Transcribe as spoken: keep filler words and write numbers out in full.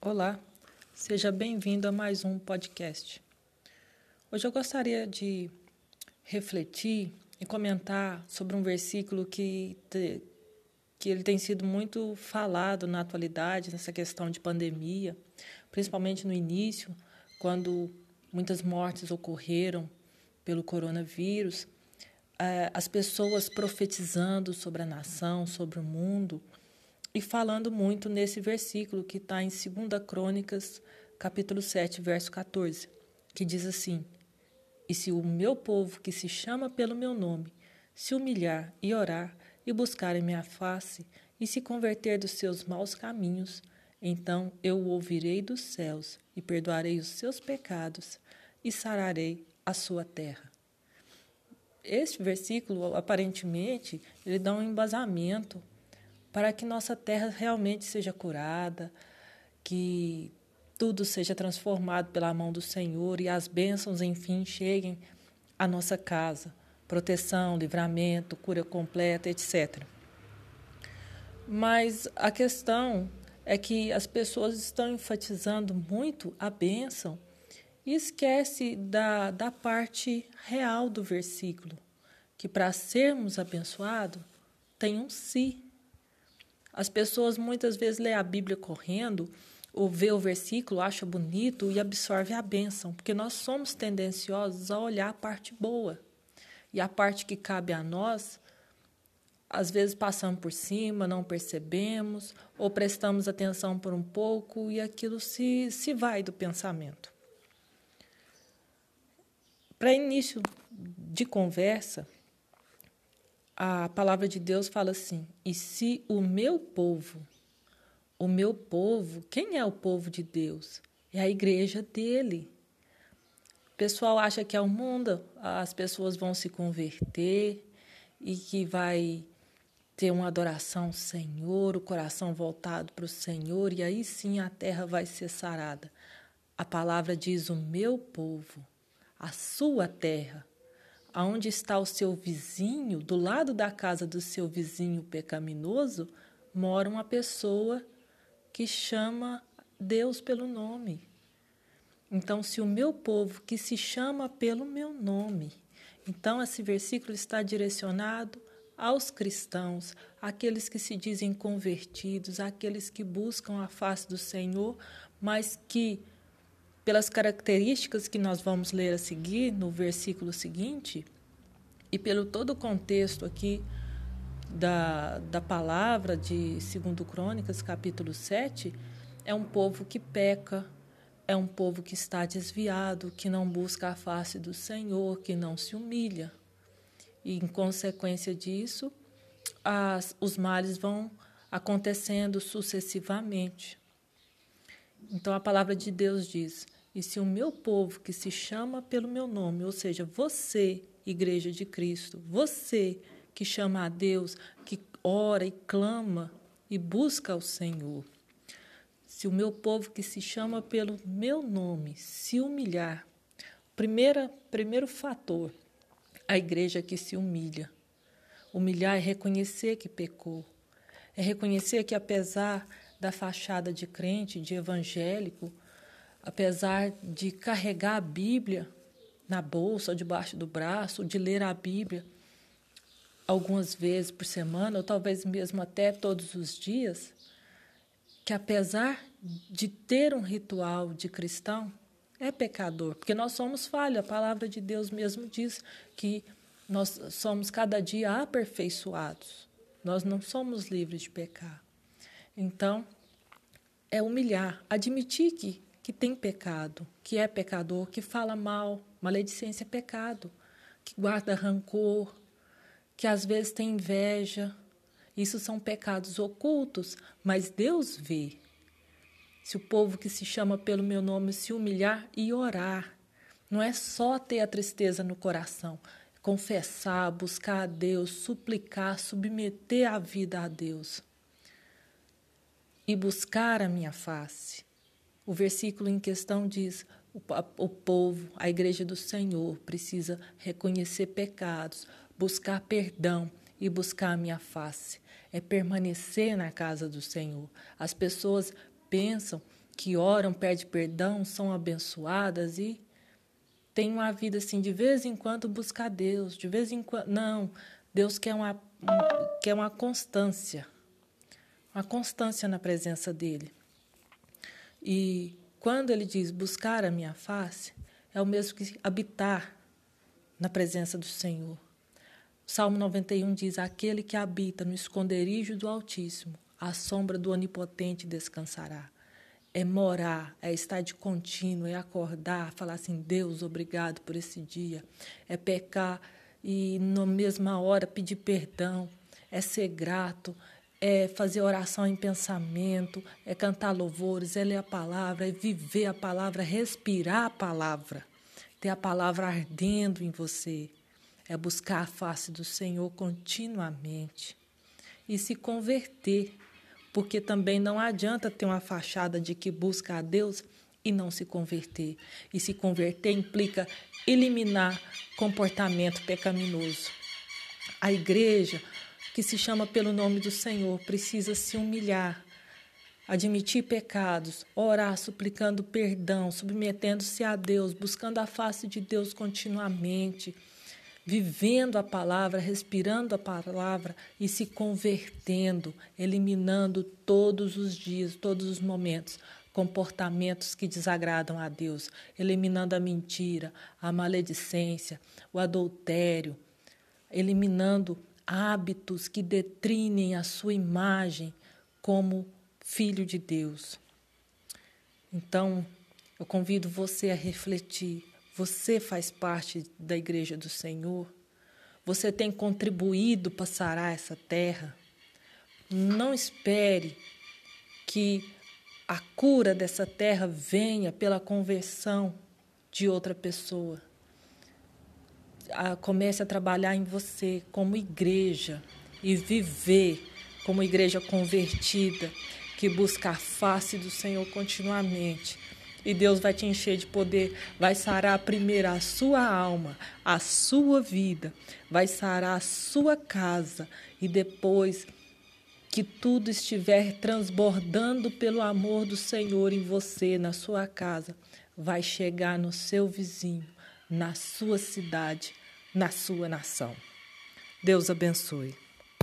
Olá, seja bem-vindo a mais um podcast. Hoje eu gostaria de refletir e comentar sobre um versículo que, te, que ele tem sido muito falado na atualidade, nessa questão de pandemia, principalmente no início, quando muitas mortes ocorreram pelo coronavírus, as pessoas profetizando sobre a nação, sobre o mundo, e falando muito nesse versículo que está em segunda Crônicas, capítulo sete, verso quatorze, que diz assim: E se o meu povo, que se chama pelo meu nome, se humilhar e orar, e buscar em minha face, e se converter dos seus maus caminhos, então eu o ouvirei dos céus, e perdoarei os seus pecados, e sararei a sua terra. Este versículo, aparentemente, ele dá um embasamento para que nossa terra realmente seja curada, que tudo seja transformado pela mão do Senhor e as bênçãos, enfim, cheguem à nossa casa. Proteção, livramento, cura completa, etcétera. Mas a questão é que as pessoas estão enfatizando muito a bênção e esquece da, da parte real do versículo, que para sermos abençoados tem um si. As pessoas muitas vezes lêem a Bíblia correndo, ou vê o versículo, acha bonito e absorve a bênção, porque nós somos tendenciosos a olhar a parte boa. E a parte que cabe a nós, às vezes passamos por cima, não percebemos, ou prestamos atenção por um pouco e aquilo se, se vai do pensamento. Para início de conversa, a palavra de Deus fala assim: e se o meu povo, o meu povo, quem é o povo de Deus? É a igreja dele. O pessoal acha que é o mundo, as pessoas vão se converter e que vai ter uma adoração ao Senhor, o coração voltado para o Senhor, e aí sim a terra vai ser sarada. A palavra diz: o meu povo, a sua terra. Aonde está o seu vizinho, do lado da casa do seu vizinho pecaminoso, mora uma pessoa que chama Deus pelo nome. Então, se o meu povo que se chama pelo meu nome, então esse versículo está direcionado aos cristãos, aqueles que se dizem convertidos, aqueles que buscam a face do Senhor, mas que, pelas características que nós vamos ler a seguir, no versículo seguinte, e pelo todo o contexto aqui da, da palavra de segunda Crônicas, capítulo sete, é um povo que peca, é um povo que está desviado, que não busca a face do Senhor, que não se humilha. E, em consequência disso, as, os males vão acontecendo sucessivamente. Então, a palavra de Deus diz: e se o meu povo que se chama pelo meu nome, ou seja, você, Igreja de Cristo, você que chama a Deus, que ora e clama e busca o Senhor, se o meu povo que se chama pelo meu nome se humilhar, primeira, primeiro fator, a igreja que se humilha. Humilhar é reconhecer que pecou, é reconhecer que apesar da fachada de crente, de evangélico, apesar de carregar a Bíblia na bolsa, debaixo do braço, de ler a Bíblia algumas vezes por semana, ou talvez mesmo até todos os dias, que apesar de ter um ritual de cristão, é pecador, porque nós somos falhos. A palavra de Deus mesmo diz que nós somos cada dia aperfeiçoados. Nós não somos livres de pecar. Então, é humilhar, admitir que, que tem pecado, que é pecador, que fala mal. Maledicência é pecado, que guarda rancor, que às vezes tem inveja. Isso são pecados ocultos, mas Deus vê. Se o povo que se chama pelo meu nome se humilhar e orar, não é só ter a tristeza no coração, é confessar, buscar a Deus, suplicar, submeter a vida a Deus e buscar a minha face. O versículo em questão diz: o, o povo, a igreja do Senhor, precisa reconhecer pecados, buscar perdão e buscar a minha face. É permanecer na casa do Senhor. As pessoas pensam que oram, pedem perdão, são abençoadas e têm uma vida assim, de vez em quando buscar Deus, de vez em quando... Não, Deus quer uma, quer uma constância, uma constância na presença dEle. E quando Ele diz buscar a minha face, é o mesmo que habitar na presença do Senhor. O Salmo noventa e um diz, aquele que habita no esconderijo do Altíssimo, à sombra do Onipotente descansará. É morar, é estar de contínuo, é acordar, falar assim, Deus, obrigado por esse dia. É pecar e, na mesma hora, pedir perdão. É ser grato, é fazer oração em pensamento, é cantar louvores, é ler a palavra, é viver a palavra, respirar a palavra. Ter a palavra ardendo em você. É buscar a face do Senhor continuamente. E se converter. Porque também não adianta ter uma fachada de que busca a Deus e não se converter. E se converter implica eliminar comportamento pecaminoso. A igreja, que se chama pelo nome do Senhor, precisa se humilhar, admitir pecados, orar, suplicando perdão, submetendo-se a Deus, buscando a face de Deus continuamente, vivendo a palavra, respirando a palavra e se convertendo, eliminando todos os dias, todos os momentos, comportamentos que desagradam a Deus, eliminando a mentira, a maledicência, o adultério, eliminando hábitos que detrinem a sua imagem como filho de Deus. Então, eu convido você a refletir. Você faz parte da Igreja do Senhor? Você tem contribuído para sarar essa terra? Não espere que a cura dessa terra venha pela conversão de outra pessoa. Comece a trabalhar em você como igreja e viver como igreja convertida, que busca a face do Senhor continuamente. E Deus vai te encher de poder, vai sarar primeiro a sua alma, a sua vida, vai sarar a sua casa e depois que tudo estiver transbordando pelo amor do Senhor em você, na sua casa, vai chegar no seu vizinho, na sua cidade, na sua nação. Deus abençoe.